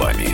словами.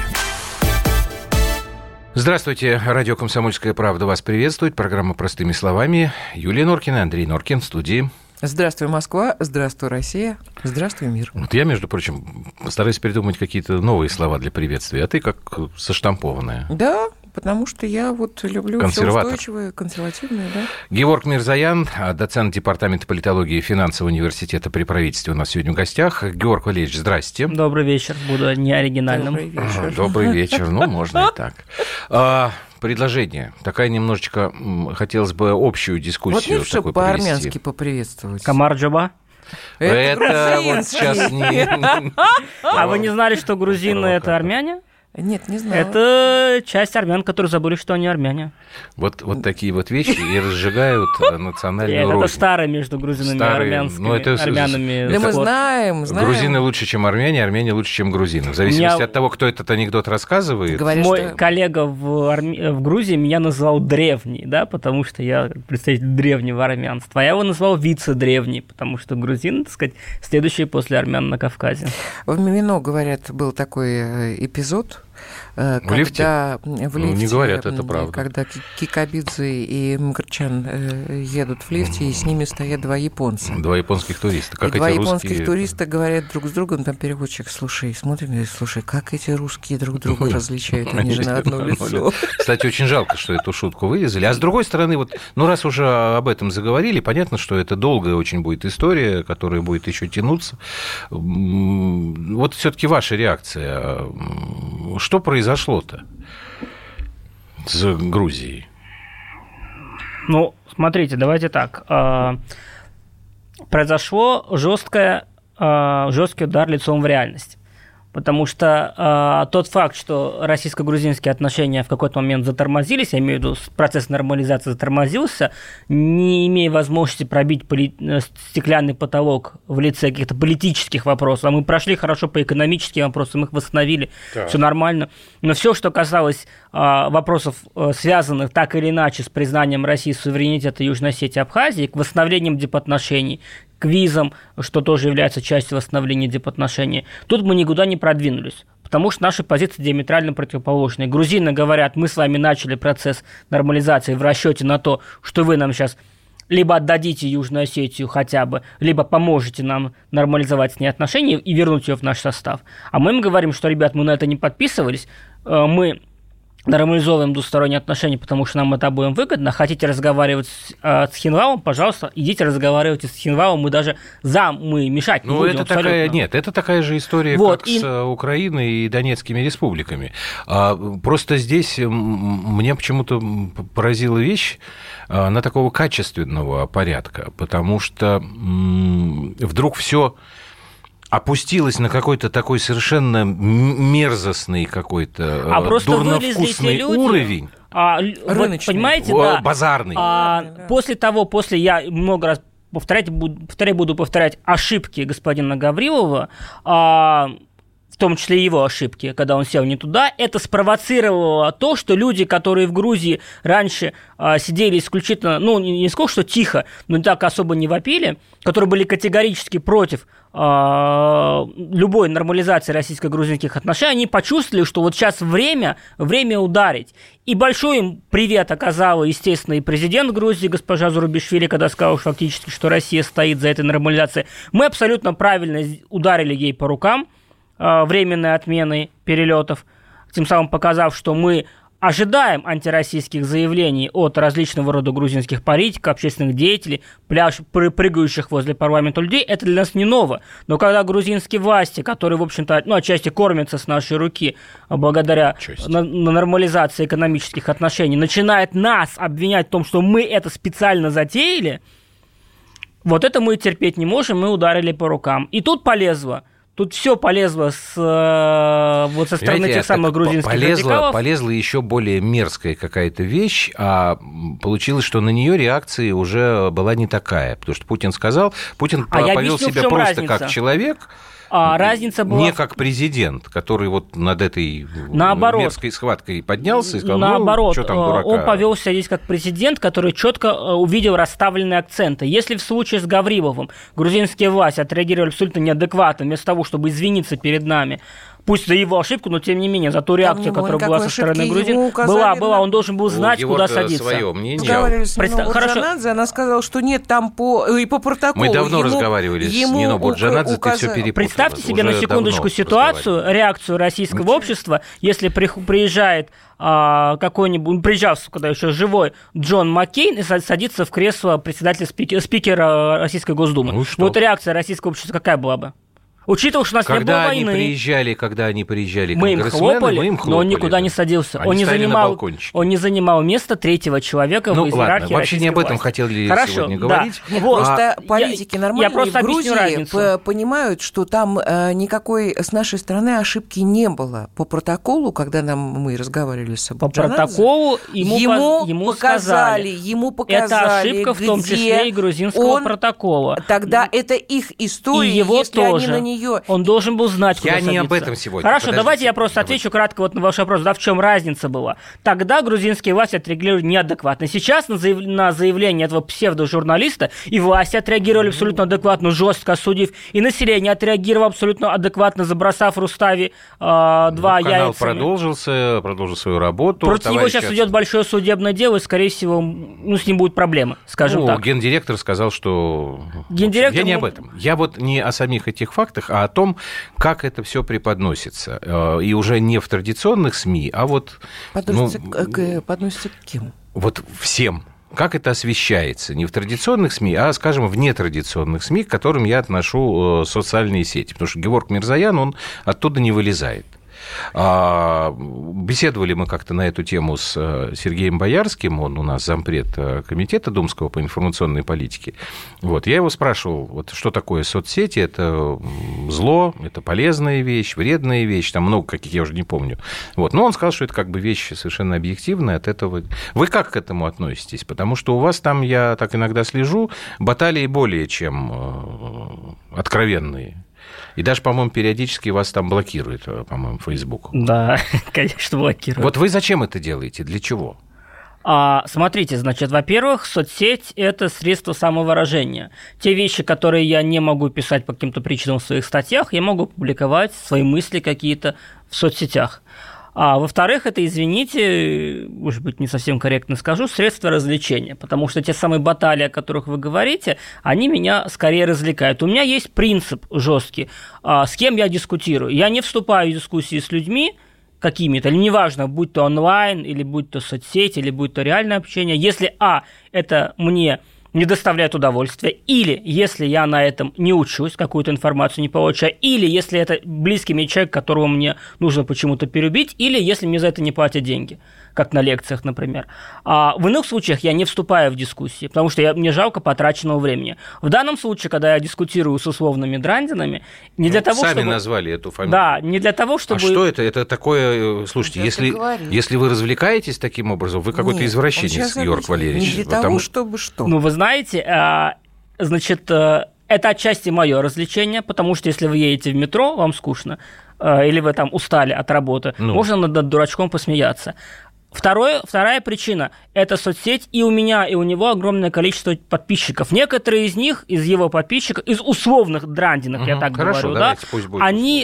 Здравствуйте, радио «Комсомольская правда» вас приветствует. Программа «Простыми словами». Юлия Норкина, Андрей Норкин в студии. Здравствуй, Москва, здравствуй, Россия, здравствуй, мир. Вот я, между прочим, постараюсь придумать какие-то новые слова для приветствия, а ты как соштампованная. Да, потому что я вот люблю все устойчивое, консервативное, да. Геворг Мирзоян, доцент департамента политологии и финансового университета при правительстве, у нас сегодня в гостях. Геворг Валерьевич, здрасте. Добрый вечер, буду неоригинальным. Добрый вечер. Добрый вечер, ну, можно и так. Предложение. Такая немножечко, хотелось бы общую дискуссию вот такой по-армянски поприветствовать. Камар-джаба. Это вот сейчас не... А вы не знали, что грузины – это армяне? Нет, не знаю. Это часть армян, которые забыли, что они армяне. Вот такие вот вещи и разжигают национальную рознь. Это старое между грузинами и армянами. Да мы знаем. Грузины лучше, чем армяне, армяне лучше, чем грузины. В зависимости от того, кто этот анекдот рассказывает. Мой коллега в Грузии меня называл древний, да, потому что я представитель древнего армянства. А я его назвал вице-древний, потому что грузин, так сказать, следующий после армян на Кавказе. В Мимино, говорят, был такой эпизод, в лифте? В лифте, не говорят, это правда. Когда Кикабидзе и Мкрчан едут в лифте, и с ними стоят два японца. Два японских туриста. Как два эти японских туриста говорят друг с другом, там переводчик, смотрим, как эти русские друг друга различают, они же на одно лицо. Кстати, очень жалко, что эту шутку вырезали. А с другой стороны, раз уже об этом заговорили, понятно, что это долгая очень будет история, которая будет еще тянуться. Вот все-таки ваша реакция. Что произошло-то с Грузией? Ну, смотрите, давайте так. Произошло жесткий удар лицом в реальность. Потому что тот факт, что российско-грузинские отношения в какой-то момент затормозились, я имею в виду, процесс нормализации затормозился, не имея возможности пробить стеклянный потолок в лице каких-то политических вопросов, а мы прошли хорошо по экономическим вопросам, их восстановили, все нормально. Но все, что касалось вопросов, связанных так или иначе с признанием России суверенитета Южной Осетии и Абхазии, к восстановлениям дипотношений, к визам, что тоже является частью восстановления дипотношений, тут мы никуда не продвинулись, потому что наши позиции диаметрально противоположные. Грузины говорят, мы с вами начали процесс нормализации в расчете на то, что вы нам сейчас либо отдадите Южную Осетию хотя бы, либо поможете нам нормализовать с ней отношения и вернуть ее в наш состав. А мы им говорим, что, ребят, мы на это не подписывались, мы нормализовываем двусторонние отношения, потому что нам это обоим выгодно. Хотите разговаривать с Хинвалом, пожалуйста, идите разговаривайте с Хинвалом, мы мешать не будем абсолютно. Это такая же история, как с Украиной и Донецкими республиками. Просто здесь мне почему-то поразила вещь на такого качественного порядка, потому что вдруг все опустилась на какой-то такой совершенно мерзостный какой-то дурновкусный уровень. Вот, понимаете, да. Базарный. После я много раз буду повторять ошибки господина Гаврилова, в том числе его ошибки, когда он сел не туда, это спровоцировало то, что люди, которые в Грузии раньше сидели исключительно, не сколько что тихо, но так особо не вопили, которые были категорически против любой нормализации российско-грузинских отношений, они почувствовали, что вот сейчас время ударить. И большой им привет оказал, естественно, и президент Грузии, госпожа Зурабишвили, когда сказал фактически, что Россия стоит за этой нормализацией. Мы абсолютно правильно ударили ей по рукам временной отменой перелетов, тем самым показав, что мы ожидаем антироссийских заявлений от различного рода грузинских политиков, общественных деятелей, прыгающих возле парламента людей. Это для нас не ново. Но когда грузинские власти, которые, в общем-то, отчасти кормятся с нашей руки благодаря нормализации экономических отношений, начинают нас обвинять в том, что мы это специально затеяли, вот это мы терпеть не можем, мы ударили по рукам. И тут полезло. Тут все полезло со стороны тех самых грузинских радикалов. Полезла еще более мерзкая какая-то вещь, а получилось, что на нее реакция уже была не такая. Потому что Путин повел себя просто как человек, разница была... не как президент, который вот над этой мерзкой схваткой поднялся и сказал, наоборот, что там дурака. Он повел себя здесь как президент, который четко увидел расставленные акценты. Если в случае с Гавриловым грузинские власти отреагировали абсолютно неадекватно, вместо того, чтобы извиниться перед нами, Пусть за его ошибку, но тем не менее, за ту реакцию, которая была со стороны грузин, была, он должен был знать, куда садиться. Свое мнение. Разговаривали с Нино Бурджанадзе, она сказала, что нет, там по протоколу. Мы давно разговаривали с Нино Бурджанадзе, ты все перепутала. Представьте себе на секундочку ситуацию, реакцию российского общества, если приезжает какой-нибудь, приезжал, когда еще живой, Джон Маккейн и садится в кресло председателя спикера Российской Госдумы. Ну, вот реакция российского общества какая была бы? Учитывая, что у нас не было войны. Когда они приезжали, мы им хлопали, но он никуда не садился. Он не занимал место третьего человека в иерархии. Вообще не об этом хотели сегодня говорить. Просто политики нормальные в Грузии понимают, что там никакой с нашей стороны ошибки не было. По протоколу, когда мы разговаривали с Бурджанадзе, по протоколу ему сказали, это ошибка в том числе и грузинского протокола. Тогда это их история, если они на нее. Он должен был знать, куда садиться. Я не об этом сегодня. Хорошо, давайте я просто отвечу кратко вот на ваш вопрос. Да, в чем разница была? Тогда грузинские власти отреагировали неадекватно. Сейчас на заявление этого псевдожурналиста и власти отреагировали абсолютно адекватно, жестко осудив, и население отреагировало абсолютно адекватно, забросав Рустави два яйцами. Канал продолжил свою работу. Против него сейчас идет большое судебное дело, и, скорее всего, с ним будет проблемы, скажем так. Гендиректор сказал, что... Я не об этом. Я вот не о самих этих фактах, а о том, как это все преподносится. И уже не в традиционных СМИ, а вот... Подносится к кем? Вот всем. Как это освещается? Не в традиционных СМИ, а, скажем, в нетрадиционных СМИ, к которым я отношу социальные сети. Потому что Геворг Мирзоян, он оттуда не вылезает. Беседовали мы как-то на эту тему с Сергеем Боярским, он у нас зампред комитета Думского по информационной политике. Вот, я его спрашивал, вот, что такое соцсети, это зло, это полезная вещь, вредная вещь, там много каких, я уже не помню. Вот, но он сказал, что это как бы вещь совершенно объективная, от этого... Вы как к этому относитесь? Потому что у вас там, я так иногда слежу, баталии более чем откровенные. И даже, по-моему, периодически вас там блокирует, по-моему, Facebook. Да, конечно, блокирует. Вот вы зачем это делаете? Для чего? Смотрите, значит, во-первых, соцсеть – это средство самовыражения. Те вещи, которые я не могу писать по каким-то причинам в своих статьях, я могу публиковать свои мысли какие-то в соцсетях. Во-вторых, это, извините, может быть, не совсем корректно скажу, средства развлечения, потому что те самые баталии, о которых вы говорите, они меня скорее развлекают. У меня есть принцип жесткий, с кем я дискутирую. Я не вступаю в дискуссии с людьми какими-то, или неважно, будь то онлайн, или будь то соцсети, или будь то реальное общение, если, это мне не доставляет удовольствия, или если я на этом не учусь, какую-то информацию не получаю, или если это близкий мне человек, которого мне нужно почему-то переубить, или если мне за это не платят деньги, как на лекциях, например. В иных случаях я не вступаю в дискуссии, потому что мне жалко потраченного времени. В данном случае, когда я дискутирую с условными драндинами, не для того, сами чтобы... назвали эту фамилию. Да, не для того, чтобы... что это? Это такое... Слушайте, если вы развлекаетесь таким образом, вы какой-то извращенец, Георг Валерьевич. Не для того, чтобы что? Вы знаете, значит, это отчасти мое развлечение, потому что если вы едете в метро, вам скучно, или вы там устали от работы, можно над дурачком посмеяться. Вторая причина – это соцсеть, и у меня, и у него огромное количество подписчиков. Некоторые из них, из его подписчиков, из условных драндинов, я так говорю, давайте, пусть будет они...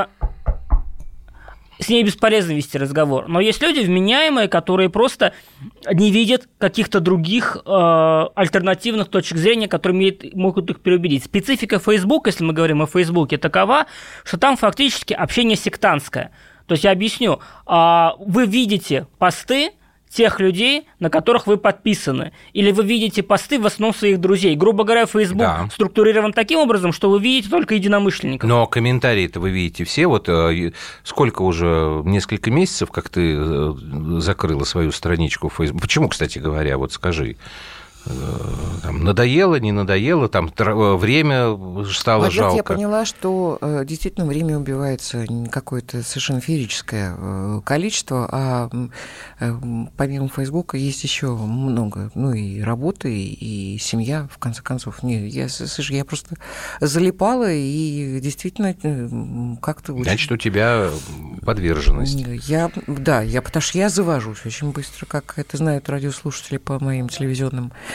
С ней бесполезно вести разговор. Но есть люди вменяемые, которые просто не видят каких-то других альтернативных точек зрения, которые могут их переубедить. Специфика Facebook, если мы говорим о Фейсбуке, такова, что там фактически общение сектантское. То есть я объясню. Вы видите посты тех людей, на которых вы подписаны. Или вы видите посты в основном своих друзей. Грубо говоря, Facebook структурирован таким образом, что вы видите только единомышленников. Но комментарии-то вы видите все. Вот сколько уже, несколько месяцев, как ты закрыла свою страничку в Facebook. Почему, кстати говоря, вот скажи. Там, надоело, не надоело, там время стало жалко. Я поняла, что действительно время убивается какое-то совершенно феерическое количество, а помимо Фейсбука есть еще много, и работы, и семья, в конце концов. Я просто залипала, и действительно как-то... Значит, у тебя подверженность. Потому что я завожусь очень быстро, как это знают радиослушатели по моим телевизионным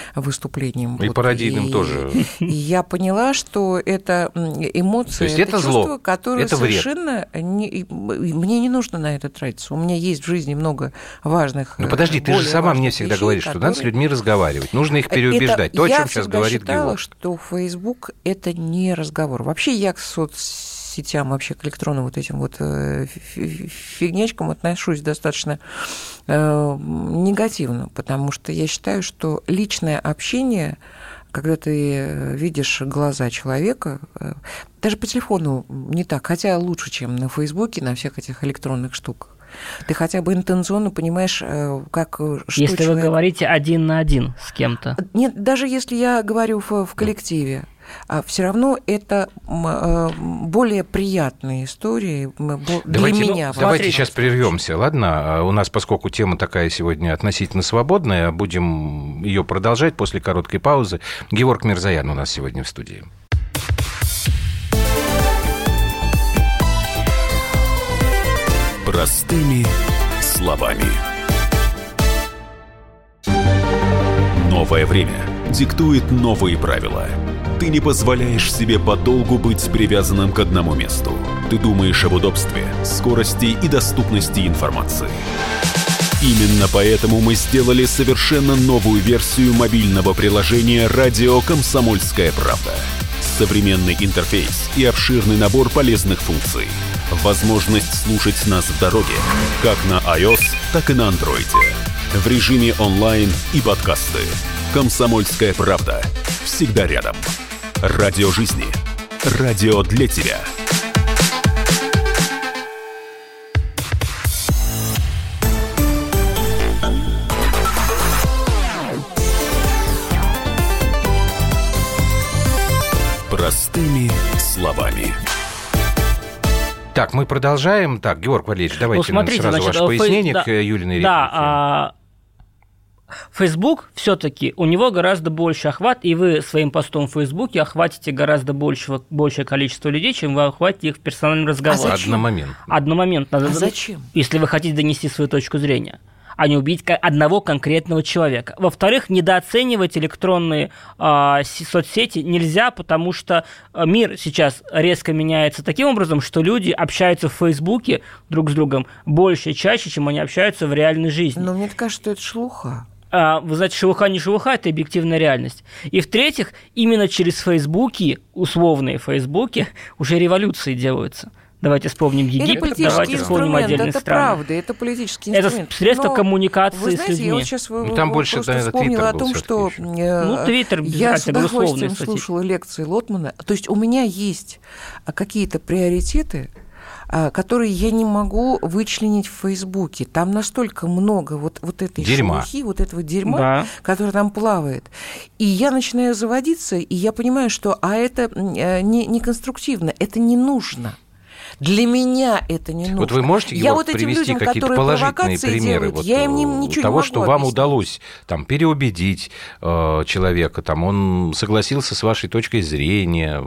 выступлением. И пародийным тоже. И я поняла, что это эмоции, это чувство, которое совершенно... Мне не нужно на это тратиться. У меня есть в жизни много важных... Ну, подожди, ты же сама мне всегда говоришь, что надо с людьми разговаривать. Нужно их переубеждать. То, о чем сейчас говорит Геворг. Я считала, что Facebook – это не разговор. Вообще я к соцсетям, вообще к электронным вот этим вот фигнячкам отношусь достаточно негативно, потому что я считаю, что личное общение, когда ты видишь глаза человека, даже по телефону не так, хотя лучше, чем на Фейсбуке, на всех этих электронных штуках. Ты хотя бы интенционно понимаешь, что если человек... вы говорите 1 на 1 с кем-то. Нет, даже если я говорю в коллективе, все равно это более приятные истории для меня. Давайте сейчас прервемся, ладно? У нас, поскольку тема такая сегодня относительно свободная, будем ее продолжать после короткой паузы. Геворг Мирзоян у нас сегодня в студии. Простыми словами. Новое время диктует новые правила. Ты не позволяешь себе подолгу быть привязанным к одному месту. Ты думаешь об удобстве, скорости и доступности информации. Именно поэтому мы сделали совершенно новую версию мобильного приложения «Радио Комсомольская правда». Современный интерфейс и обширный набор полезных функций. Возможность слушать нас в дороге, как на iOS, так и на Android. В режиме онлайн и подкасты. «Комсомольская правда». Всегда рядом. Радио жизни. Радио для тебя. Простыми словами. Так, мы продолжаем. Так, Георг Валерьевич, давайте сразу ваше пояснение к Юлиной реплике. Да, Facebook все-таки у него гораздо больше охват, и вы своим постом в Фейсбуке охватите гораздо большее количество людей, чем вы охватите их в персональном разговоре. Одномоментно. А зачем? Если вы хотите донести свою точку зрения, а не убить одного конкретного человека. Во-вторых, недооценивать электронные соцсети нельзя, потому что мир сейчас резко меняется таким образом, что люди общаются в Фейсбуке друг с другом больше и чаще, чем они общаются в реальной жизни. Но мне кажется, что это шелуха. Вы знаете, шелуха не шелуха, это объективная реальность. И в-третьих, именно через Фейсбуки, условные Фейсбуки, уже революции делаются. Давайте вспомним Египет, давайте вспомним отдельные страны. Правда, это политический инструмент. Это средство коммуникации вы знаете, с людьми. Я вот сейчас там больше, просто вспомнила о том, что Твиттер, я с удовольствием слушала лекции Лотмана. То есть у меня есть какие-то приоритеты, которые я не могу вычленить в Фейсбуке. Там настолько много вот этой шелухи, вот этого дерьма, да, которое там плавает. И я начинаю заводиться, и я понимаю, что это не конструктивно, это не нужно. Для меня это не нужно. Вот вы можете, Георг, привести какие-то положительные примеры того, что вам удалось там переубедить человека, там, он согласился с вашей точкой зрения?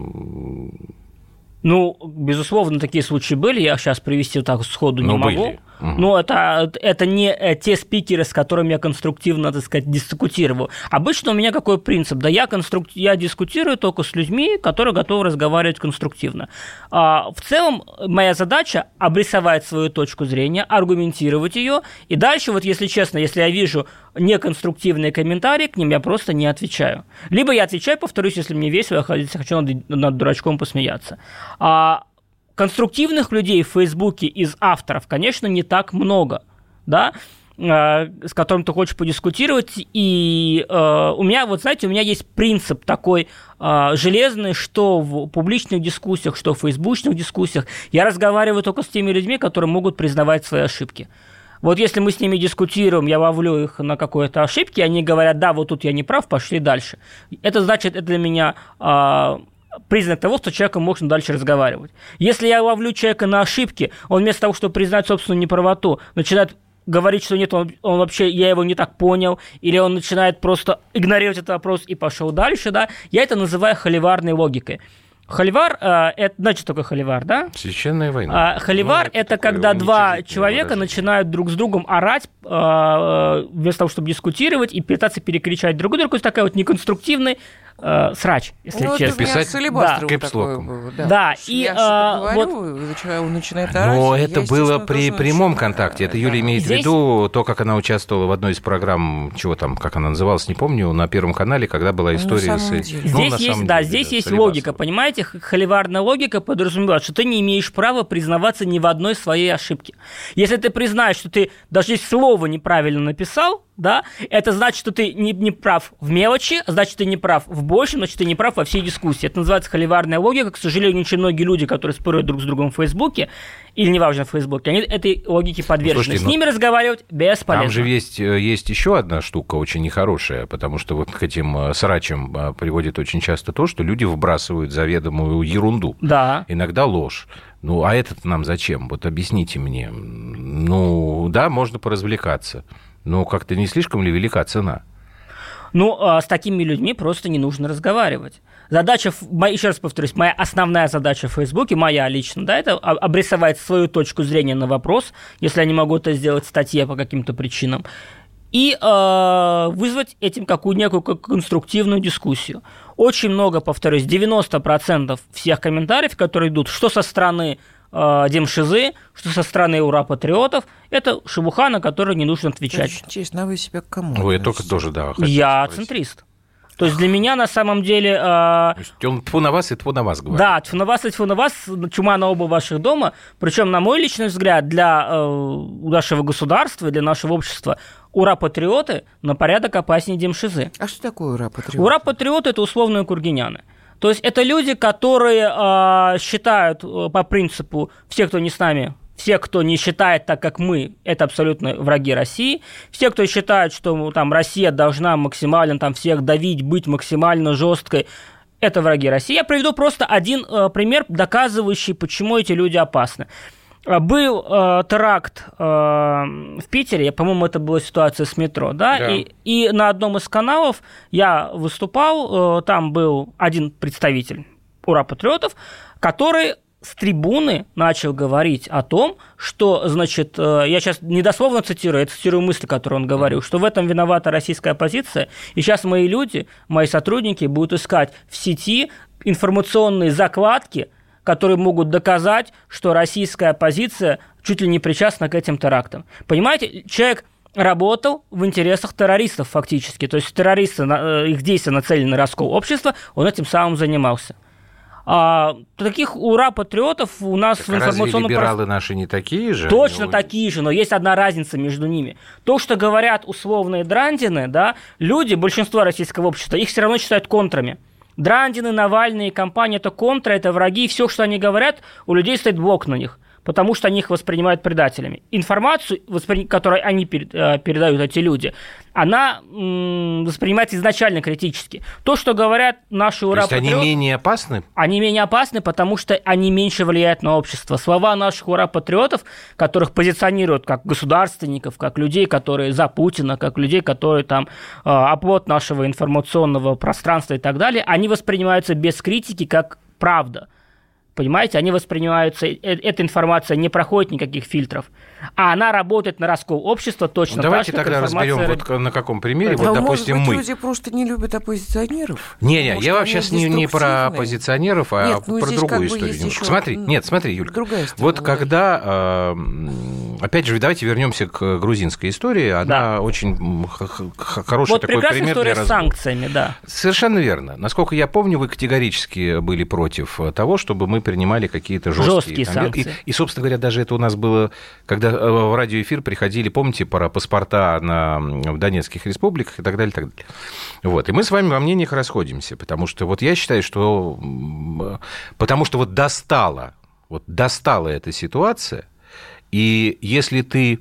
Ну, безусловно, такие случаи были. Я сейчас привести вот так сходу не могу. Но это не те спикеры, с которыми я конструктивно, так сказать, дискутирую. Обычно у меня какой принцип? Да я дискутирую только с людьми, которые готовы разговаривать конструктивно. В целом, моя задача – обрисовать свою точку зрения, аргументировать ее. И дальше, вот если честно, если я вижу неконструктивные комментарии к ним, я просто не отвечаю. Либо я отвечаю, повторюсь, если мне весело, я хочу над дурачком посмеяться. Конструктивных людей в Фейсбуке из авторов, конечно, не так много, да, с которым ты хочешь подискутировать. И у меня, вот знаете, у меня есть принцип такой железный, что в публичных дискуссиях, что в фейсбучных дискуссиях я разговариваю только с теми людьми, которые могут признавать свои ошибки. Вот если мы с ними дискутируем, я ловлю их на какой-то ошибке, они говорят, да, вот тут я не прав, пошли дальше. Это значит, это для меня признак того, что с человеком можно дальше разговаривать. Если я ловлю человека на ошибке, он вместо того, чтобы признать собственную неправоту, начинает говорить, что нет, он вообще, я его не так понял, или он начинает просто игнорировать этот вопрос и пошел дальше, да, я это называю холиварной логикой. Холивар, это, значит, только холивар, да? Священная война. Холивар это когда два человека начинают друг с другом орать, вместо того, чтобы дискутировать и пытаться перекричать друг друга. Это такая вот неконструктивный срач, если честно. Писать кэпслоком. Да, и он начинает орать. Но это было при прямом контакте. Это Юля имеет в виду то, как она участвовала в одной из программ, чего там, как она называлась, не помню, на Первом канале, когда была история Здесь есть логика, понимаете? Холиварная логика подразумевает, что ты не имеешь права признаваться ни в одной своей ошибке. Если ты признаешь, что ты даже здесь слово неправильно написал, да, это значит, что ты не прав в мелочи, значит, ты не прав в большем, значит, ты не прав во всей дискуссии. Это называется холиварная логика. К сожалению, очень многие люди, которые спорят друг с другом в Фейсбуке, или неважно в Фейсбуке, они этой логике подвержены. Слушайте, с ними разговаривать бесполезно. Там же есть еще одна штука очень нехорошая, потому что вот к этим срачам приводит очень часто то, что люди вбрасывают заведомую ерунду. Да. Иногда ложь. Ну, а это нам зачем? Вот объясните мне. Ну, да, можно поразвлекаться. Но как-то не слишком ли велика цена? Ну, с такими людьми просто не нужно разговаривать. Задача, еще раз повторюсь, моя основная задача в Фейсбуке, моя лично, да, это обрисовать свою точку зрения на вопрос, если я не могу это сделать в статье по каким-то причинам, и вызвать этим некую конструктивную дискуссию. Очень много, повторюсь, 90% всех комментариев, которые идут, что со стороны Демшизы, что со стороны ура-патриотов, это шебуха, на которую не нужно отвечать. Очень интересно, а вы себя к кому? Ой, я только тоже, да. Я центрист. То есть для меня на самом деле... То есть он тьфу на вас и тьфу на вас говорит. Да, тьфу на вас и тьфу на вас, чума на оба ваших дома. Причем, на мой личный взгляд, для нашего государства, для нашего общества ура-патриоты на порядок опаснее Демшизы. А что такое ура-патриоты? Ура-патриоты – это условные кургиняны. То есть это люди, которые считают по принципу «все, кто не с нами», все, кто не считает так, как мы, это абсолютно враги России. Все, кто считает, что там, Россия должна максимально там, всех давить, быть максимально жесткой, это враги России. Я приведу просто один пример, доказывающий, почему эти люди опасны. Был теракт в Питере, по-моему, это была ситуация с метро, да? И на одном из каналов я выступал, там был один представитель ура-патриотов, который с трибуны начал говорить о том, что, значит, я сейчас недословно цитирую, я цитирую мысли, которые он говорил, что в этом виновата российская оппозиция, и сейчас мои люди, мои сотрудники будут искать в сети информационные закладки, которые могут доказать, что российская оппозиция чуть ли не причастна к этим терактам. Понимаете, человек работал в интересах террористов фактически, то есть террористы, их действия нацелены на раскол общества, он этим самым занимался. Таких ура-патриотов у нас так в информационном... Разве либералы наши не такие же? Точно такие же, но есть одна разница между ними. То, что говорят условные драндины, да, люди, большинство российского общества, их все равно считают контрами. Драндины, Навальный, компания – это контра, это враги, и все, что они говорят, у людей стоит блок на них, потому что они их воспринимают предателями. Информацию, которую они передают, эти люди, она воспринимается изначально критически. То, что говорят наши ура-патриоты... То есть они менее опасны? Они менее опасны, потому что они меньше влияют на общество. Слова наших ура-патриотов, которых позиционируют как государственников, как людей, которые за Путина, как людей, которые там оплот нашего информационного пространства и так далее, они воспринимаются без критики как правда. Понимаете, они воспринимаются, эта информация не проходит никаких фильтров, а она работает на раскол общества точно так же, давайте тогда разберем, вот на каком примере, вот, допустим, может быть, мы. Люди просто не любят оппозиционеров. Не, я вообще сейчас не про оппозиционеров, а про другую историю. Смотри, Юлька, вот когда, опять же, давайте вернемся к грузинской истории, она очень хороший такой пример. Вот прекрасная история с санкциями, да. Совершенно верно. Насколько я помню, вы категорически были против того, чтобы мы принимали какие-то жесткие санкции. И, собственно говоря, даже это у нас было, когда в радиоэфир приходили, помните, про паспорта в Донецких республиках и так далее, и так далее. Вот. И мы с вами во мнениях расходимся, потому что вот я считаю, что... Потому что вот достала эта ситуация, и если ты...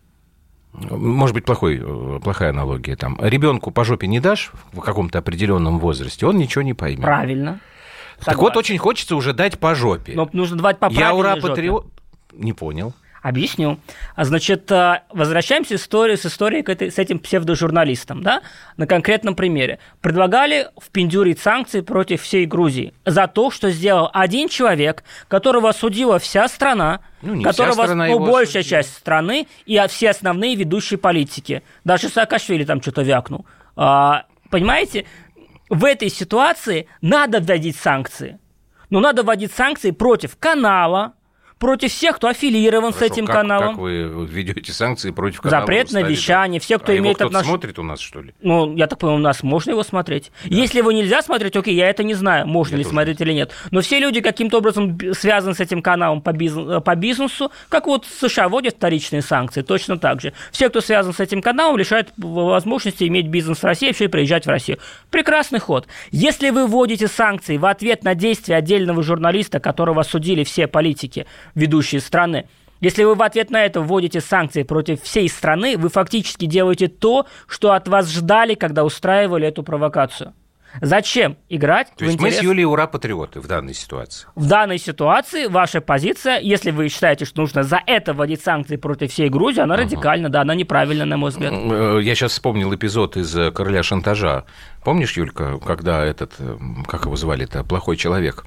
Может быть, плохая аналогия. Там, ребенку по жопе не дашь в каком-то определенном возрасте, он ничего не поймет. Правильно. Так вот, очень хочется уже дать по жопе. Но нужно давать по правильной жопе. Не понял. Объясню. Значит, возвращаемся с историей с этим псевдожурналистом, да, на конкретном примере. Предлагали впендюрить санкции против всей Грузии за то, что сделал один человек, которого осудила вся страна, которого большая часть страны и все основные ведущие политики. Даже Саакашвили там что-то вякнул. Понимаете, в этой ситуации надо вводить санкции. Но надо вводить санкции против канала, против всех, кто аффилирован с этим каналом. Как вы ведете санкции против канала? Запрет на вещание, все, кто имеет отношение. Смотрит у нас, что ли? Ну, я так понимаю, у нас можно его смотреть. Да. Если его нельзя смотреть, окей, я это не знаю, можно ли смотреть или нет. Но все люди каким-то образом связаны с этим каналом по бизнесу, как вот США вводят вторичные санкции, точно так же. Все, кто связан с этим каналом, лишают возможности иметь бизнес в России, вообще приезжать в Россию. Прекрасный ход. Если вы вводите санкции в ответ на действия отдельного журналиста, которого осудили все политики, ведущие страны. Если вы в ответ на это вводите санкции против всей страны, вы фактически делаете то, что от вас ждали, когда устраивали эту провокацию. Зачем играть в интерес? То есть мы с Юлией ура-патриоты в данной ситуации? В данной ситуации ваша позиция, если вы считаете, что нужно за это вводить санкции против всей Грузии, она радикальна, да, она неправильна, на мой взгляд. Я сейчас вспомнил эпизод из «Короля шантажа». Помнишь, Юлька, когда этот, как его звали-то, плохой человек,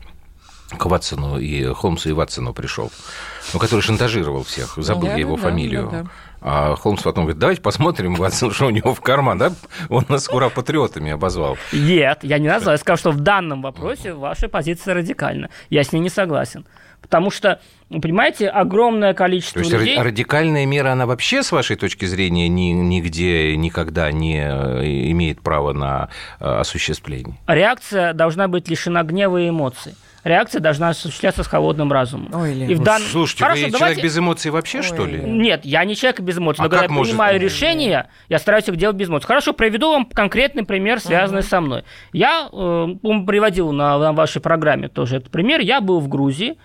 к Ватсону и Холмсу и Ватсону пришел, который шантажировал всех, забыл я его фамилию. Да. А Холмс потом говорит, давайте посмотрим, Ватсон, что у него в карман, да? Он нас ура-патриотами обозвал. Нет, я не назвал, я сказал, что в данном вопросе ваша позиция радикальна. Я с ней не согласен. Потому что, понимаете, огромное количество людей... То есть радикальная мера, она вообще, с вашей точки зрения, нигде, никогда не имеет права на осуществление? Реакция должна быть лишена гнева и эмоций. Реакция должна осуществляться с холодным разумом. Слушайте, вы человек без эмоций вообще, что ли? Нет, я не человек без эмоций. Но когда я принимаю решения, я стараюсь их делать без эмоций. Хорошо, приведу вам конкретный пример, связанный со мной. Я приводил на вашей программе тоже этот пример. Я был в Грузии.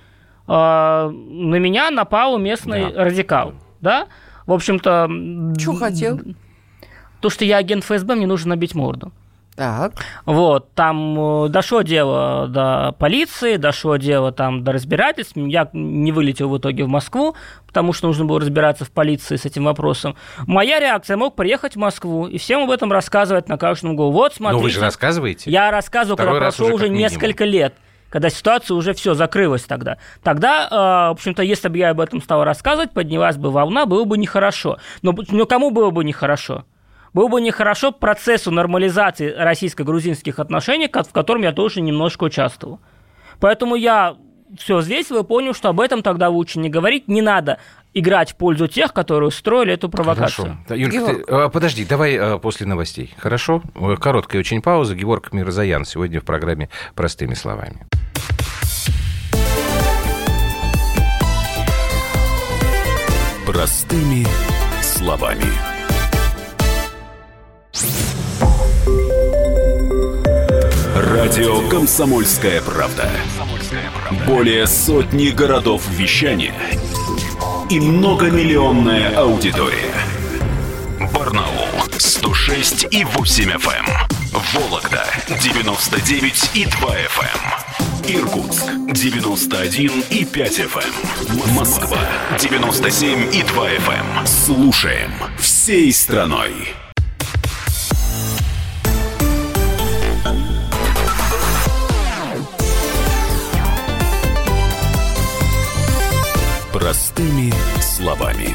На меня напал местный радикал. Да? В общем-то... Чего хотел? То, что я агент ФСБ, мне нужно набить морду. Так. Вот, там дошло дело до полиции, дошло дело там до разбирательств. Я не вылетел в итоге в Москву, потому что нужно было разбираться в полиции с этим вопросом. Моя реакция: мог приехать в Москву и всем об этом рассказывать на каждом углу. Вот, смотрите. Но вы же рассказываете? Я рассказывал, когда прошло уже несколько лет, когда ситуация уже все закрылась тогда. Тогда, в общем-то, если бы я об этом стал рассказывать, поднялась бы волна, было бы нехорошо. Но кому было бы нехорошо? Было бы нехорошо процессу нормализации российско-грузинских отношений, в котором я тоже немножко участвовал. Поэтому я все взвесил и понял, что об этом тогда лучше не говорить. Не надо играть в пользу тех, которые устроили эту провокацию. Хорошо. Юлька, подожди, давай после новостей. Хорошо? Короткая очень пауза. Геворг Мирзоян сегодня в программе «Простыми словами». Простыми словами. Радио «Комсомольская правда». Более сотни городов вещания и многомиллионная аудитория. Барнаул 106,8 FM. Вологда 99,2 FM. Иркутск 91,5 FM. Москва 97,2 FM. Слушаем всей страной. Простыми словами.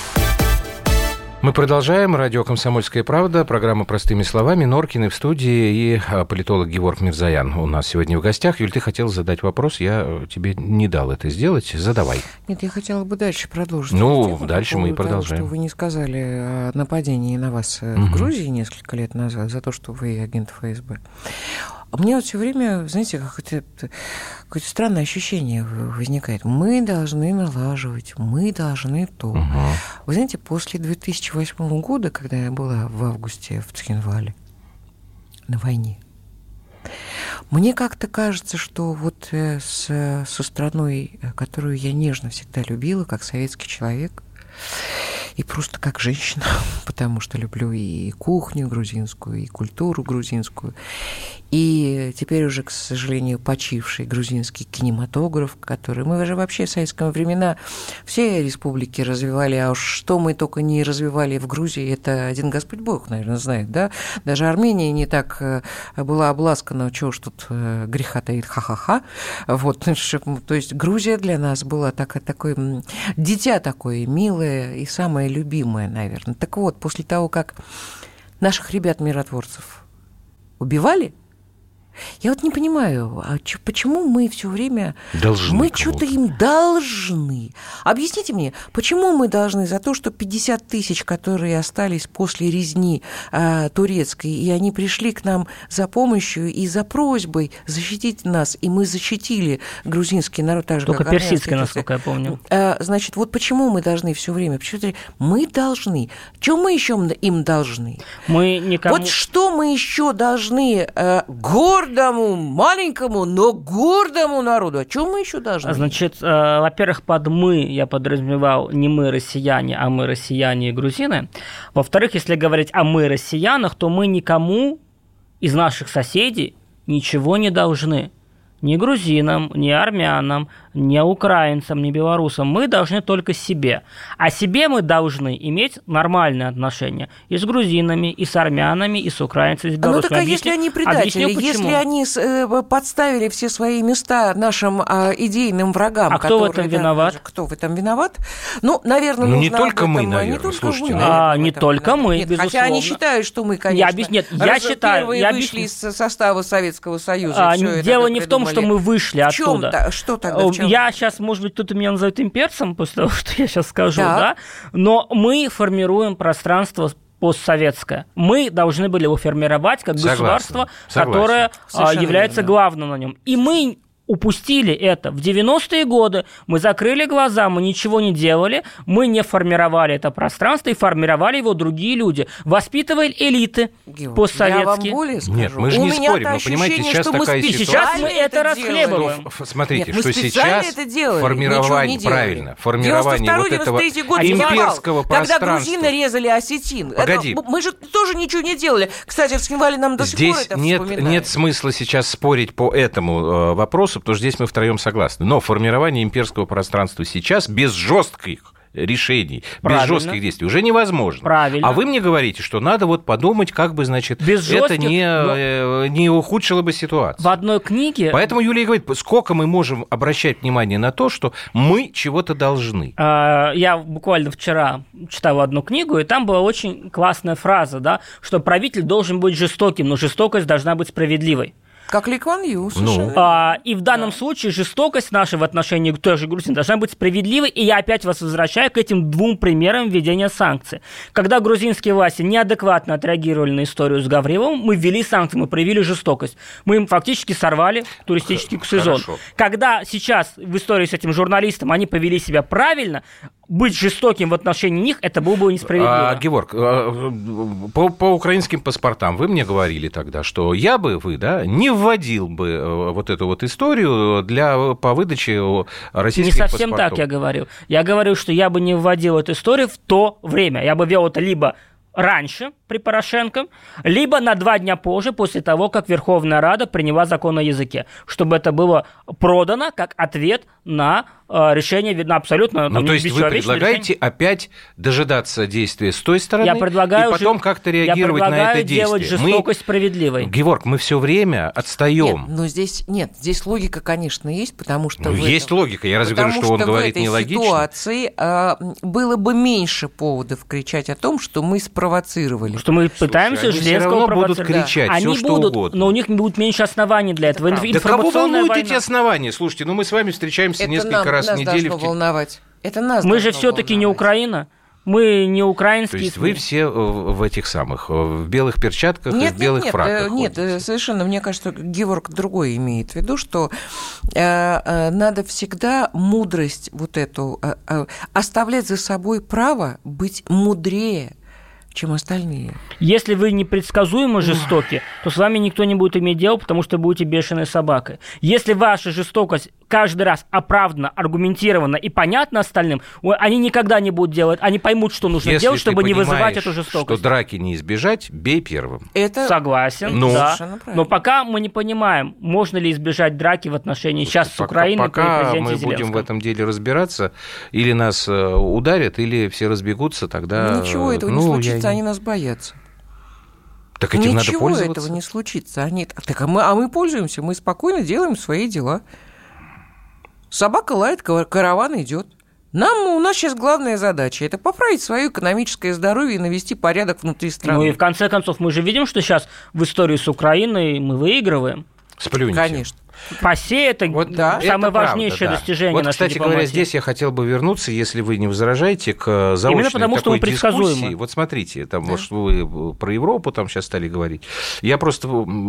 Мы продолжаем. Радио «Комсомольская правда». Программа «Простыми словами». Норкины в студии и политолог Геворг Мирзоян у нас сегодня в гостях. Юль, ты хотела задать вопрос, я тебе не дал это сделать. Задавай. Нет, я хотела бы дальше продолжить. Дальше мы и продолжаем. Что вы не сказали о нападении на вас в Грузии несколько лет назад за то, что вы агент ФСБ. А мне вот все время, знаете, какое-то странное ощущение возникает. Мы должны налаживать, мы должны то. Вы знаете, после 2008 года, когда я была в августе в Цхинвале на войне, мне как-то кажется, что вот со страной, которую я нежно всегда любила, как советский человек, и просто как женщина, потому что люблю и кухню грузинскую, и культуру грузинскую. И теперь уже, к сожалению, почивший грузинский кинематограф, который мы уже вообще в советские времена все республики развивали, а уж что мы только не развивали в Грузии, это один Господь Бог, наверное, знает, да? Даже Армения не так была обласкана, чего ж тут греха таит, ха-ха-ха. Вот, то есть Грузия для нас была такое дитя такое милое и самое любимое, наверное. Так вот, после того, как наших ребят-миротворцев убивали, я вот не понимаю, почему мы все время... Мы что-то им должны. Объясните мне, почему мы должны за то, что 50 тысяч, которые остались после резни турецкой, и они пришли к нам за помощью и за просьбой защитить нас, и мы защитили грузинский народ, так же, только как персидский, насколько я помню. Значит, вот почему мы должны все время? Почему мы должны? Что мы еще им должны? Мы никому... Вот что мы еще должны гордому, маленькому, но гордому народу. О чем мы еще должны? Значит, во-первых, под «мы» я подразумевал не мы россияне, а мы россияне и грузины. Во-вторых, если говорить о мы россиянах, то мы никому из наших соседей ничего не должны. Ни грузинам, ни армянам, ни украинцам, ни белорусам. Мы должны только себе. А себе мы должны иметь нормальные отношения и с грузинами, и с армянами, и с украинцами, и с белорусами. Ну так если они предатели, если они подставили все свои места нашим идейным врагам... А кто в этом виноват? Кто в этом виноват? Ну, наверное, нужно не только мы, наверное, не только мы, безусловно. Хотя они считают, что мы, конечно, я считаю, первые вышли из состава Советского Союза. Дело не в том, что мы вышли оттуда. Что тогда? Я сейчас, может быть, кто-то меня назовет имперцем после того, что я сейчас скажу, да? Но мы формируем пространство постсоветское. Мы должны были его формировать как государство, которое является главным на нем. И мы упустили это. В 90-е годы мы закрыли глаза, мы ничего не делали, мы не формировали это пространство, и формировали его другие люди. Воспитывали элиты постсоветские. Я вам более скажу. Нет, мы же не спорим, вы понимаете, сейчас такая ситуация. Сейчас мы это расхлебываем. Смотрите, что сейчас формирование, правильно, формирование вот этого имперского пространства. Когда грузины резали осетин. Погоди. Мы же тоже ничего не делали. Кстати, в Схинвале нам до сих пор это вспоминают. Здесь нет смысла сейчас спорить по этому вопросу, потому что здесь мы втроем согласны. Но формирование имперского пространства сейчас без жестких решений, без жестких действий уже невозможно. Правильно. А вы мне говорите, что надо вот подумать, как бы, значит, это не ухудшило бы ситуацию. В одной книге... Поэтому Юлия говорит, сколько мы можем обращать внимание на то, что мы чего-то должны. Я буквально вчера читал одну книгу, и там была очень классная фраза, да, что правитель должен быть жестоким, но жестокость должна быть справедливой. Как Ли Куан Ю. И в данном случае жестокость наша в отношении к той же Грузии должна быть справедливой, и я опять вас возвращаю к этим двум примерам введения санкций. Когда грузинские власти неадекватно отреагировали на историю с Гавриловым, мы ввели санкции, мы проявили жестокость. Мы им фактически сорвали туристический сезон. Хорошо. Когда сейчас в истории с этим журналистом они повели себя правильно, быть жестоким в отношении них, это было бы несправедливо. Георг, по украинским паспортам вы мне говорили тогда, что вы, не вводил бы вот эту вот историю по выдаче российских паспортов. Не совсем так я говорил. Я говорил, что я бы не вводил эту историю в то время. Я бы вел это либо раньше при Порошенко, либо на 2 дня позже, после того, как Верховная Рада приняла закон о языке, чтобы это было продано как ответ на решение, видно, абсолютно... то есть вы предлагаете опять дожидаться действия с той стороны, и потом как-то реагировать на это действие? Я предлагаю делать жестокость справедливой. Георг, мы все время отстаем. Здесь логика, конечно, есть, потому что... Есть логика, я разве говорю, что он говорит нелогично? В этой ситуации было бы меньше поводов кричать о том, что мы спровоцировали. Что мы пытаемся Зеленского провоцировать. Будут кричать все, что угодно. Но у них будет меньше оснований для этого. Да кого волнуют эти основания? Слушайте, мы с вами встречаемся несколько раз в неделю. Это нас мы же все-таки не Украина. Мы не украинские. То есть вы все в этих самых, в белых перчатках и в белых фраках? Нет, совершенно. Мне кажется, Георг другой имеет в виду, что надо всегда мудрость вот эту оставлять за собой право быть мудрее, чем остальные. Если вы непредсказуемо жестоки, то с вами никто не будет иметь дело, потому что будете бешеной собакой. Если ваша жестокость каждый раз оправдана, аргументирована и понятна остальным, они никогда не будут делать, они поймут, что нужно делать, чтобы не вызывать эту жестокость. Что драки не избежать, бей первым. Это согласен, да. Но пока мы не понимаем, можно ли избежать драки в отношении сейчас с Украиной при президенте Зеленском. Пока мы будем в этом деле разбираться, или нас ударят, или все разбегутся, тогда... Ничего этого не случится, они нас боятся. Так этим надо пользоваться. Ничего этого не случится. А мы пользуемся, мы спокойно делаем свои дела. Собака лает, караван идет. У нас сейчас главная задача – это поправить свое экономическое здоровье и навести порядок внутри страны. Ну и в конце концов мы же видим, что сейчас в истории с Украиной мы выигрываем. Сплюньте. Конечно. ПАСЕ – это самое важнейшее достижение нашей кстати дипломатии. говоря, здесь я хотел бы вернуться, если вы не возражаете, к заочной потому, такой что дискуссии. Вот смотрите, там, может, вы про Европу там сейчас стали говорить. Я просто,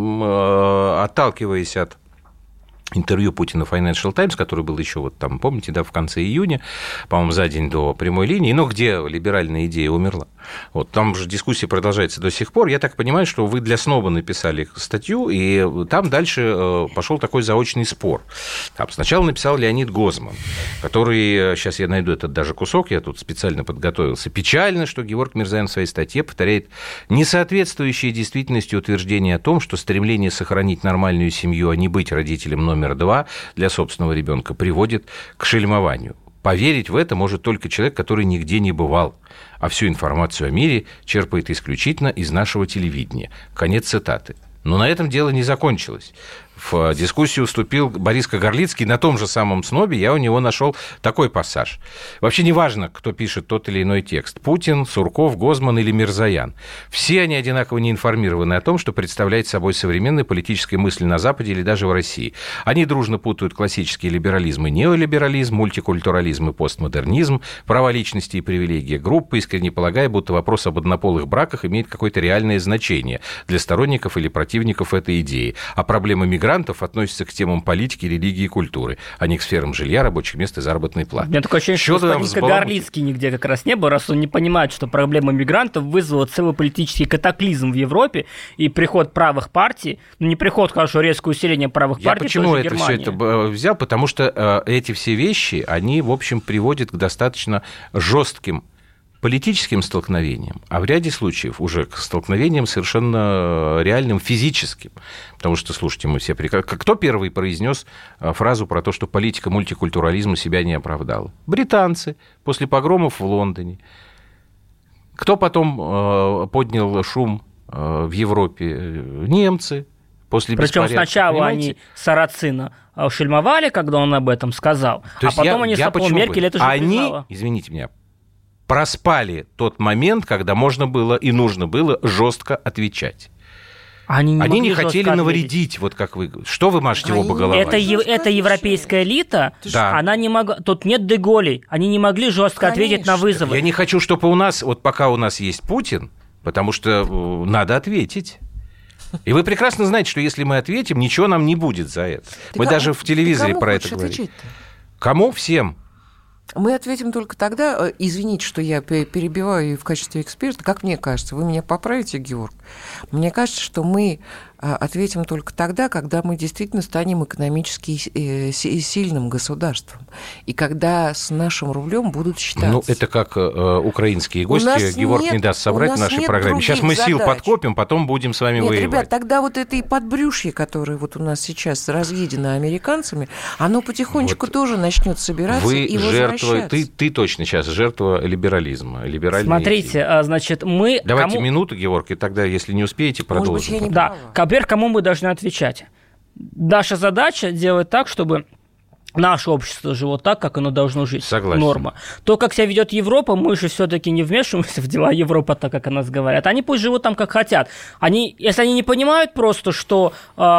отталкиваясь от интервью Путина Financial Times, которое было еще вот там, помните, да, в конце июня, по-моему, за день до прямой линии, где либеральная идея умерла. Вот там же дискуссия продолжается до сих пор. Я так понимаю, что вы для СНОБа написали статью, и там дальше пошел такой заочный спор. Там сначала написал Леонид Гозман, который, сейчас я найду этот даже кусок, я тут специально подготовился. Печально, что Геворг Мирзоян в своей статье повторяет несоответствующее действительности утверждение о том, что стремление сохранить нормальную семью, а не быть родителем номер 2 для собственного ребенка приводит к шельмованию. Поверить в это может только человек, который нигде не бывал, а всю информацию о мире черпает исключительно из нашего телевидения. Конец цитаты. Но на этом дело не закончилось. В дискуссию вступил Борис Кагарлицкий. На том же самом СНОБе я у него нашел такой пассаж. Вообще не важно, кто пишет тот или иной текст. Путин, Сурков, Гозман или Мирзоян. Все они одинаково не информированы о том, что представляет собой современная политическая мысль на Западе или даже в России. Они дружно путают классический либерализм и неолиберализм, мультикультурализм и постмодернизм, права личности и привилегии группы, искренне полагая, будто вопрос об однополых браках имеет какое-то реальное значение для сторонников или противников этой идеи. А проблема мигрантов относится к темам политики, религии и культуры, а не к сферам жилья, рабочих мест и заработной платы. У меня такое ощущение, что господин Кагарлицкий нигде как раз не был, раз он не понимает, что проблема мигрантов вызвала целый политический катаклизм в Европе и приход правых партий, не приход, хорошо, резкое усиление правых партий. Почему это все это взял? Потому что эти все вещи, они, в общем, приводят к достаточно жестким политическим столкновениям, а в ряде случаев уже к столкновениям совершенно реальным физическим. Потому что, слушайте, мы все прекрасно... Кто первый произнес фразу про то, что политика мультикультурализма себя не оправдала? Британцы после погромов в Лондоне. Кто потом поднял шум в Европе? Немцы. После Причем сначала они Сарацина шельмовали, когда он об этом сказал, а потом они с Меркель это же признала. Извините меня, проспали тот момент, когда можно было и нужно было жестко отвечать. Они не хотели навредить, вот как вы... Что вы машете оба головой? Это европейская элита, да. Она не могла... Тут нет деголей, они не могли жестко ответить на вызовы. Я не хочу, чтобы у нас, вот пока у нас есть Путин, потому что надо ответить. И вы прекрасно знаете, что если мы ответим, ничего нам не будет за это. Мы даже в телевизоре про это говорим. Кому? Всем. Мы ответим только тогда, извините, что я перебиваю в качестве эксперта, как мне кажется, вы меня поправите, Георг, мне кажется, что мы ответим только тогда, когда мы действительно станем экономически сильным государством, и когда с нашим рублем будут считаться. Ну, это как украинские гости, Георг не даст соврать в нашей программе. Сейчас мы сил подкопим, потом будем с вами воевать. Ребят, тогда вот это и подбрюшье, которое вот у нас сейчас разъедено американцами, оно потихонечку тоже начнет собираться и возвращаться. Ты точно сейчас жертва либерализма. Смотрите, значит, мы... Давайте минуту, Георг, и тогда, если не успеете, продолжим. Может быть, я не права. Теперь кому мы должны отвечать? Наша задача делать так, чтобы наше общество жило так, как оно должно жить. Согласен. Норма. То, как себя ведет Европа, мы же все-таки не вмешиваемся в дела Европы, так как о нас говорят. Они пусть живут там, как хотят. Если они не понимают просто, что...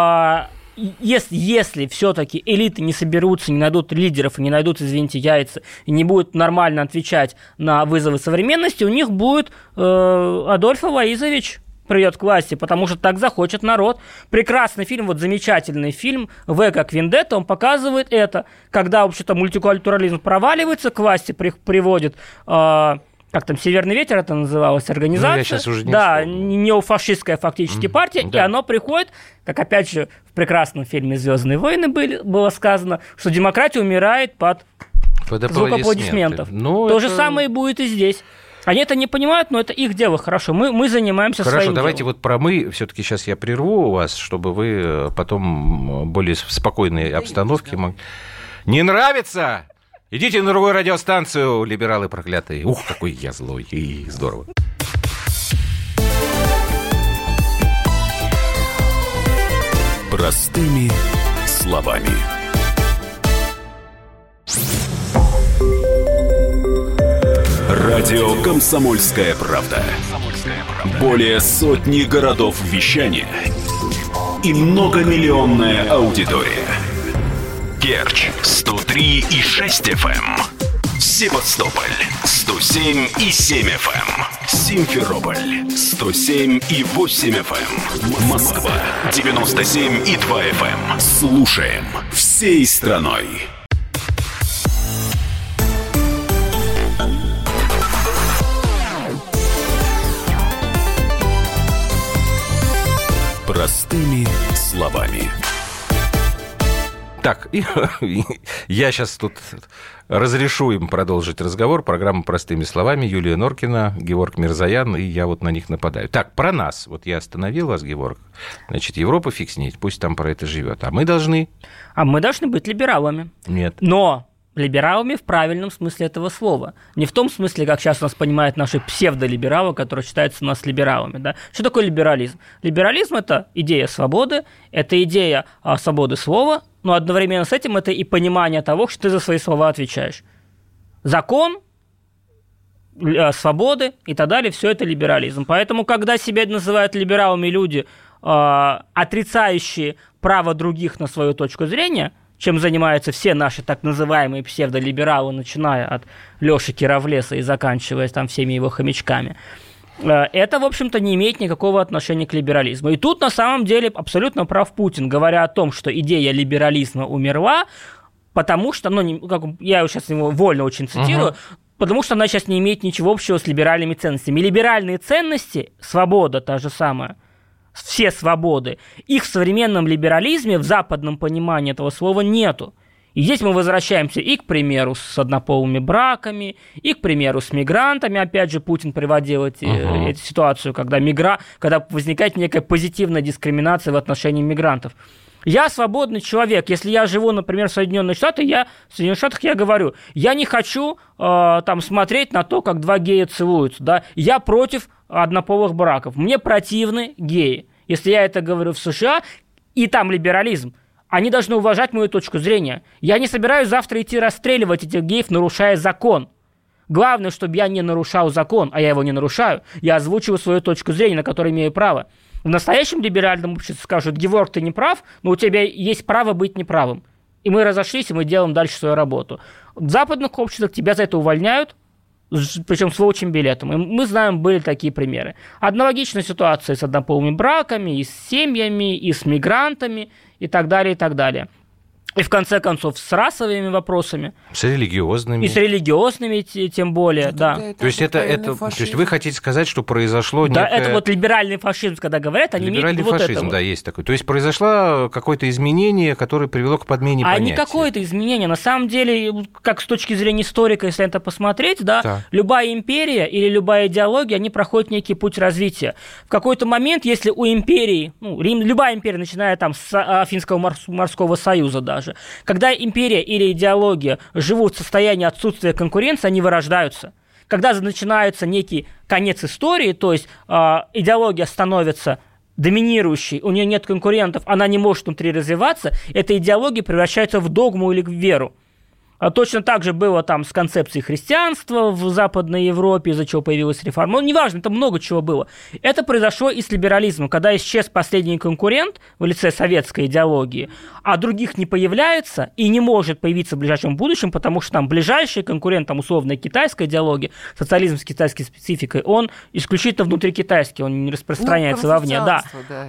Если все-таки элиты не соберутся, не найдут лидеров, не найдут, извините, яйца, и не будут нормально отвечать на вызовы современности, у них будет Адольф Алоизович придет к власти, потому что так захочет народ. Прекрасный фильм, вот замечательный фильм «В как Вендетта», он показывает это, когда, вообще-то, мультикультурализм проваливается, к власти приводит как там, «Северный ветер» это называлась организация. Я сейчас уже не неофашистская фактически партия, и оно приходит, как опять же в прекрасном фильме «Звездные войны» было сказано, что демократия умирает под звук аплодисментов. То же самое будет и здесь. Они это не понимают, но это их дело. Хорошо, мы занимаемся своим делом. Хорошо, давайте вот про «мы». Все-таки сейчас я прерву у вас, чтобы вы потом более в спокойной обстановке... Не нравится? Идите на другую радиостанцию, либералы проклятые. Ух, какой я злой. И здорово. Простыми словами. Радио «Комсомольская правда». Более сотни городов вещания и многомиллионная аудитория. Керчь 103,6 FM, Севастополь 107,7 FM, Симферополь 107,8 FM, Москва 97,2 FM. Слушаем всей страной. Простыми словами. Так, я сейчас тут разрешу им продолжить разговор. Программа «Простыми словами». Юлия Норкина, Геворг Мирзоян, и я вот на них нападаю. Так, про нас. Вот я остановил вас, Геворг. Значит, Европа фиг с ней, пусть там про это живет. А мы должны... А мы должны быть либералами. Нет. Но либералами в правильном смысле этого слова. Не в том смысле, как сейчас у нас понимают наши псевдолибералы, которые считаются у нас либералами. Да? Что такое либерализм? Либерализм – это идея свободы, это идея свободы слова, но одновременно с этим это и понимание того, что ты за свои слова отвечаешь. Закон, свободы и так далее – все это либерализм. Поэтому, когда себя называют либералами люди, отрицающие право других на свою точку зрения, чем занимаются все наши так называемые псевдолибералы, начиная от Лёши Кировлеса и заканчивая там всеми его хомячками, это, в общем-то, не имеет никакого отношения к либерализму. И тут, на самом деле, абсолютно прав Путин, говоря о том, что идея либерализма умерла, потому что, я сейчас его вольно очень цитирую, потому что она сейчас не имеет ничего общего с либеральными ценностями. И либеральные ценности, свобода та же самая, все свободы, их в современном либерализме, в западном понимании этого слова нету. И здесь мы возвращаемся и, к примеру, с однополыми браками, и, к примеру, с мигрантами. Опять же, Путин приводил эту ситуацию, когда возникает некая позитивная дискриминация в отношении мигрантов. Я свободный человек. Если я живу, например, в Соединенных Штатах, я говорю, я не хочу смотреть на то, как два гея целуются. Да? Я против однополых браков. Мне противны геи. Если я это говорю в США, и там либерализм, они должны уважать мою точку зрения. Я не собираюсь завтра идти расстреливать этих геев, нарушая закон. Главное, чтобы я не нарушал закон, а я его не нарушаю. Я озвучиваю свою точку зрения, на которую имею право. В настоящем либеральном обществе скажут: Геворг, ты не прав, но у тебя есть право быть неправым. И мы разошлись, и мы делаем дальше свою работу. В западных обществах тебя за это увольняют, причем с волчьим билетом. И мы знаем, были такие примеры. Аналогичная ситуация с однополыми браками, и с семьями, и с мигрантами, и так далее, и так далее. И в конце концов с расовыми вопросами. С религиозными. И с религиозными тем более, да. То есть то есть вы хотите сказать, что произошло некое... Да, это вот либеральный фашизм, когда говорят, они имеют вот это. Либеральный фашизм, да, есть такой. То есть произошло какое-то изменение, которое привело к подмене понятия. А не какое-то изменение. На самом деле, как с точки зрения историка, если это посмотреть, да, любая империя или любая идеология, они проходят некий путь развития. В какой-то момент, если у империи, любая империя, начиная там с Афинского морского союза даже, когда империя или идеология живут в состоянии отсутствия конкуренции, они вырождаются. Когда начинается некий конец истории, то есть идеология становится доминирующей, у нее нет конкурентов, она не может внутри развиваться, эта идеология превращается в догму или в веру. Точно так же было там с концепцией христианства в Западной Европе, из-за чего появилась реформа. Неважно, это много чего было. Это произошло и с либерализмом, когда исчез последний конкурент в лице советской идеологии, а других не появляется и не может появиться в ближайшем будущем, потому что там ближайший конкурент, там условная китайская идеология, социализм с китайской спецификой, он исключительно внутрикитайский, он не распространяется вовне. Да.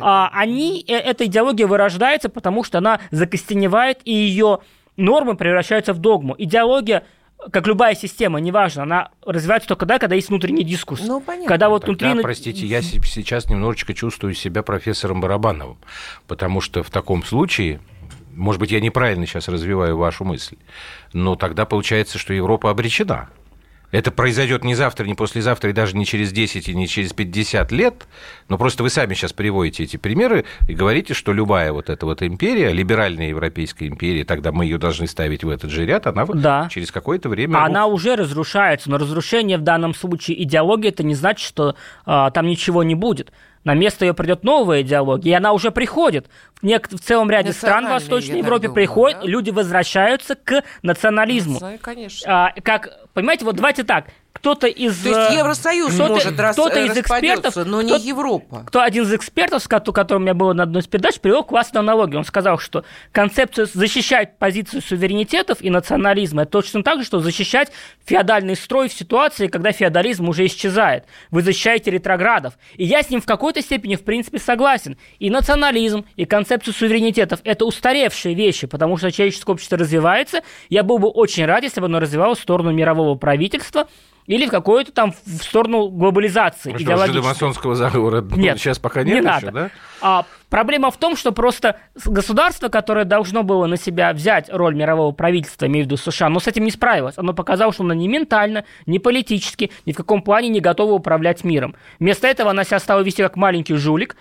Эта идеология вырождается, потому что она закостеневает, и ее нормы превращаются в догму. Идеология как любая система, неважно, она развивается только тогда, когда есть внутренний дискурс. Ну, понятно. Когда вот Тогда, внутри... простите, я сейчас немножечко чувствую себя профессором Барабановым, потому что в таком случае, может быть, я неправильно сейчас развиваю вашу мысль, но тогда получается, что Европа обречена. Это произойдет не завтра, не послезавтра, и даже не через 10, и не через 50 лет. Но просто вы сами сейчас приводите эти примеры и говорите, что любая вот эта вот империя, либеральная европейская империя, тогда мы ее должны ставить в этот же ряд, она через какое-то время... Она уже разрушается, но разрушение в данном случае идеологии, это не значит, что там ничего не будет. На место ее придет новая идеология, и она уже приходит. В целом ряде стран в Восточной Европе приходят, да? Люди возвращаются к национализму. Конечно. Понимаете, вот давайте так. Кто-то из... То есть Евросоюз может распадётся, но не Европа. Один из экспертов, с которым у меня было на одной из передач, привел классную аналогию. Он сказал, что концепция защищать позицию суверенитетов и национализма – это точно так же, что защищать феодальный строй в ситуации, когда феодализм уже исчезает. Вы защищаете ретроградов. И я с ним в какой-то степени, в принципе, согласен. И национализм, и концепция суверенитетов – это устаревшие вещи, потому что человеческое общество развивается. Я был бы очень рад, если бы оно развивалось в сторону мирового правительства, или в какую-то там в сторону глобализации идеологической. Жидомасонского заговора нет, сейчас пока нет не еще, надо. Да? Проблема в том, что просто государство, которое должно было на себя взять роль мирового правительства, имею в виду США, но с этим не справилось. Оно показало, что оно ни ментально, ни политически, ни в каком плане не готово управлять миром. Вместо этого она себя стала вести как маленький жулик.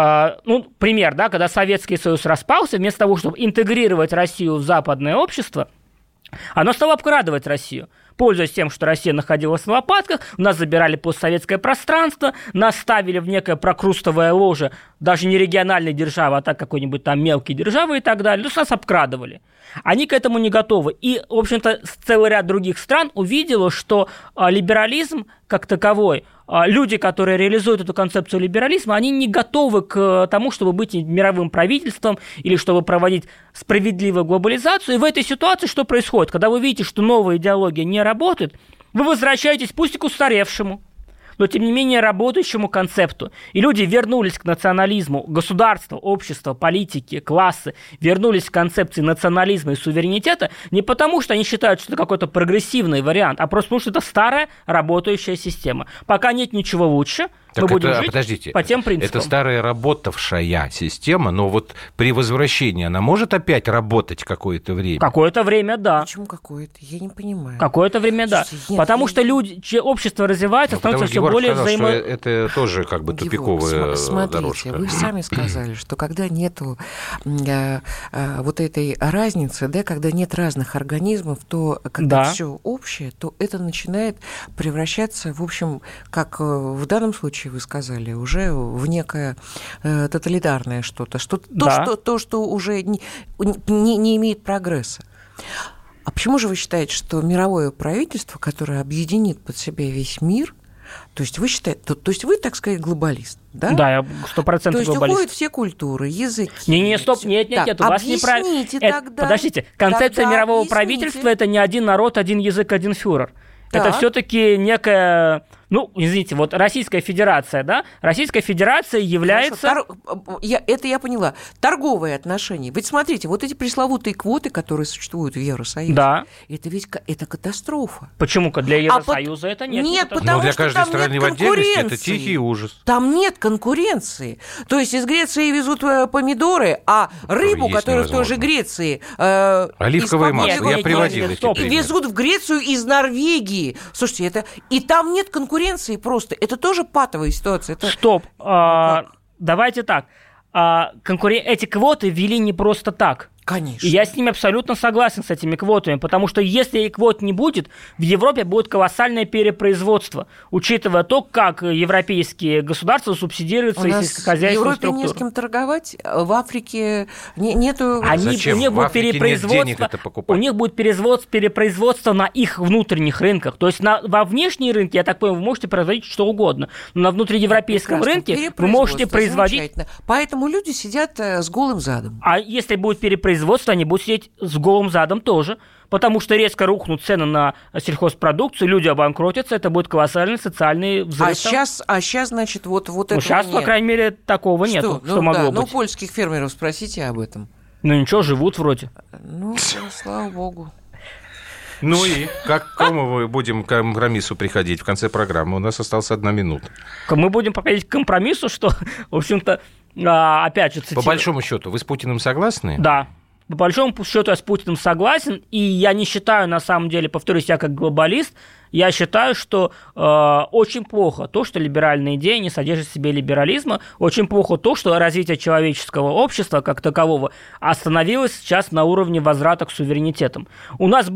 Пример, да, когда Советский Союз распался, вместо того, чтобы интегрировать Россию в западное общество, оно стало обкрадывать Россию. Пользуясь тем, что Россия находилась на лопатках, у нас забирали постсоветское пространство, нас ставили в некое прокрустовое ложе, даже не региональной державы, а так какой-нибудь там мелкой державы и так далее, то есть нас обкрадывали. Они к этому не готовы. И, в общем-то, целый ряд других стран увидело, что либерализм как таковой, люди, которые реализуют эту концепцию либерализма, они не готовы к тому, чтобы быть мировым правительством или чтобы проводить справедливую глобализацию. И в этой ситуации что происходит? Когда вы видите, что новая идеология не работает, вы возвращаетесь пусть и к устаревшему, но, тем не менее, работающему концепту. И люди вернулись к национализму, государство, общество, политики, классы вернулись к концепции национализма и суверенитета не потому, что они считают, что это какой-то прогрессивный вариант, а просто потому, что это старая работающая система. Пока нет ничего лучше, мы будем жить по тем принципам. Это старая работавшая система, но вот при возвращении она может опять работать какое-то время? Какое-то время, да. Почему какое-то? Я не понимаю. Какое-то время, да. Потому что общество развивается, становится все более это тоже как бы тупиковая смотрите, дорожка. Вы сами сказали, что когда нету вот этой разницы, да, когда нет разных организмов, то когда все общее, то это начинает превращаться, в общем, как в данном случае вы сказали, уже в некое тоталитарное что-то, что уже не имеет прогресса. А почему же вы считаете, что мировое правительство, которое объединит под себя весь мир, то есть вы считаете, то есть вы, так сказать, глобалист, да? Да, я 100% глобалист. То есть уходят все культуры, языки. Нет, у вас неправильно. Подождите, концепция мирового правительства – это не один народ, один язык, один фюрер. Это все-таки некая... извините, вот Российская Федерация, да? Российская Федерация является... Это я поняла. Торговые отношения. Ведь смотрите, вот эти пресловутые квоты, которые существуют в Евросоюзе, это ведь это катастрофа. Почему? Для Евросоюза это нет. Нет, потому для что каждой там страны нет в отдельности конкуренции. это тихий ужас. Там нет конкуренции. То есть из Греции везут помидоры, а рыбу, которую в той же Греции... Оливковое масло. Я приводил эти примеры. Везут в Грецию из Норвегии. Слушайте, и там нет конкуренции просто. Это тоже патовая ситуация. Стоп. Давайте так. Эти квоты ввели не просто так. Конечно. И я с ними абсолютно согласен, с этими квотами, потому что если квот не будет, в Европе будет колоссальное перепроизводство, учитывая то, как европейские государства субсидируются сельскохозяйственной структурой. В Европе не с кем торговать, в Африке нету... Зачем? У них будет перепроизводство, у них будет перепроизводство на их внутренних рынках. То есть во внешние рынки, я так понимаю, вы можете производить что угодно, но на внутриевропейском рынке вы можете производить... Поэтому люди сидят с голым задом. А если будет перепроизводство, они будут сидеть с голым задом тоже, потому что резко рухнут цены на сельхозпродукцию, люди обанкротятся, это будет колоссальный социальный взрыв. А сейчас, значит, вот этого сейчас, нет. По крайней мере, такого нету, что могло быть. Польских фермеров спросите об этом. Ничего, живут вроде. Слава богу. Ну и к какому мы будем компромиссу приходить в конце программы? У нас осталась 1 минута. Мы будем приходить к компромиссу, что, в общем-то, опять же... По большому счету, вы с Путиным согласны? Да. По большому счету я с Путиным согласен, и я не считаю, на самом деле, повторюсь, я как глобалист, я считаю, что очень плохо то, что либеральная идея не содержит в себе либерализма, очень плохо то, что развитие человеческого общества как такового остановилось сейчас на уровне возврата к суверенитетам. У нас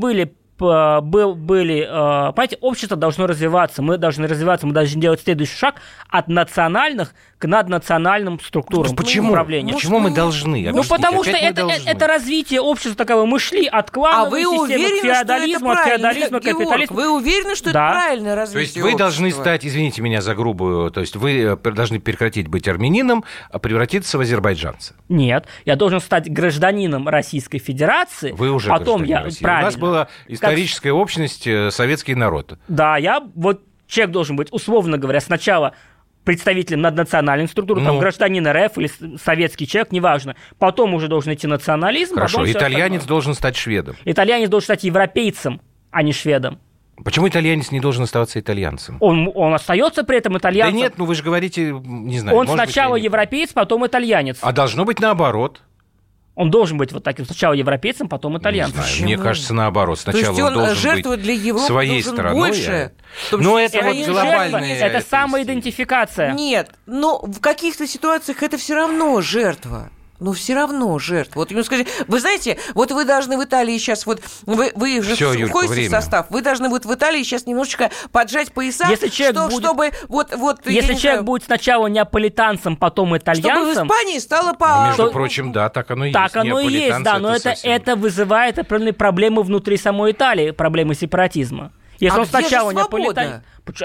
понимаете, общество должно развиваться, мы должны делать следующий шаг от национальных к наднациональным структурам управления. Почему мы должны? Потому что это развитие общества такового. Мы шли от клановой системы к феодализму, от феодализма к капитализму. Вы уверены, что это правильное развитие общества? То есть вы должны стать, извините меня за грубую, то есть вы должны прекратить быть армянином, а превратиться в азербайджанца? Нет, я должен стать гражданином Российской Федерации. Вы уже потом гражданин России. Правильно. У нас была историческая общность, советский народ. Да, человек должен быть, условно говоря, сначала представителем наднациональной структуры, там гражданин РФ или советский человек, неважно. Потом уже должен идти национализм. Хорошо, итальянец должен стать шведом. Итальянец должен стать европейцем, а не шведом. Почему итальянец не должен оставаться итальянцем? Он остается при этом итальянцем. Да нет, вы же говорите, не знаю. Он сначала европеец, потом итальянец. А должно быть наоборот. Он должен быть вот таким, сначала европейцем, потом итальянцем. Мне кажется, наоборот. Сначала он должен быть для Европы своей стороной. Больше. Но это вот глобальная... Это самоидентификация. Нет, но в каких-то ситуациях это все равно жертва. Но все равно жертва. Вот ему скажите, вы знаете, вот вы должны в Италии сейчас, вот вы же входите в состав, вы должны вот в Италии сейчас немножечко поджать пояса, если человек если человек будет сначала неаполитанцем, потом итальянцем... Чтобы в Испании стало по... Между прочим, да, так оно и есть. Так оно и есть, да, но это вызывает определенные проблемы внутри самой Италии, проблемы сепаратизма. Если он сначала неаполитанец...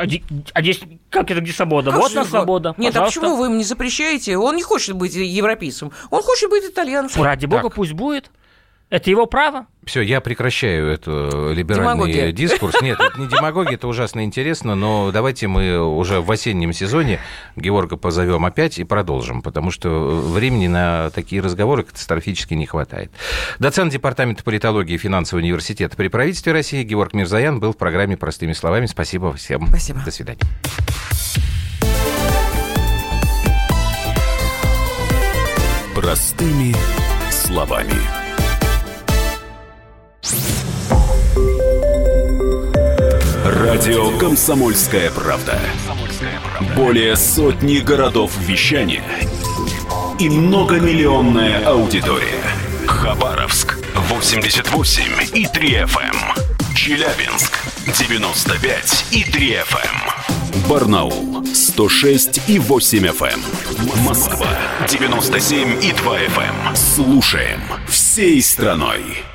А здесь как это, где свобода? Вот она свобода. Нет, пожалуйста. А почему вы ему не запрещаете? Он не хочет быть европейцем, он хочет быть итальянцем. Ради бога, пусть будет. Это его право. Все, я прекращаю эту либеральный дискурс. Нет, это не демагогия, это ужасно интересно, но давайте мы уже в осеннем сезоне Георга позовем опять и продолжим, потому что времени на такие разговоры катастрофически не хватает. Доцент Департамента политологии и финансового университета при правительстве России Георг Мирзоян был в программе «Простыми словами». Спасибо всем. Спасибо. До свидания. Простыми словами. Радио «Комсомольская правда». Более сотни городов вещания и многомиллионная аудитория. Хабаровск 88,3 FM. Челябинск 95,3 FM. Барнаул 106,8 FM. Москва 97,2 FM. Слушаем всей страной.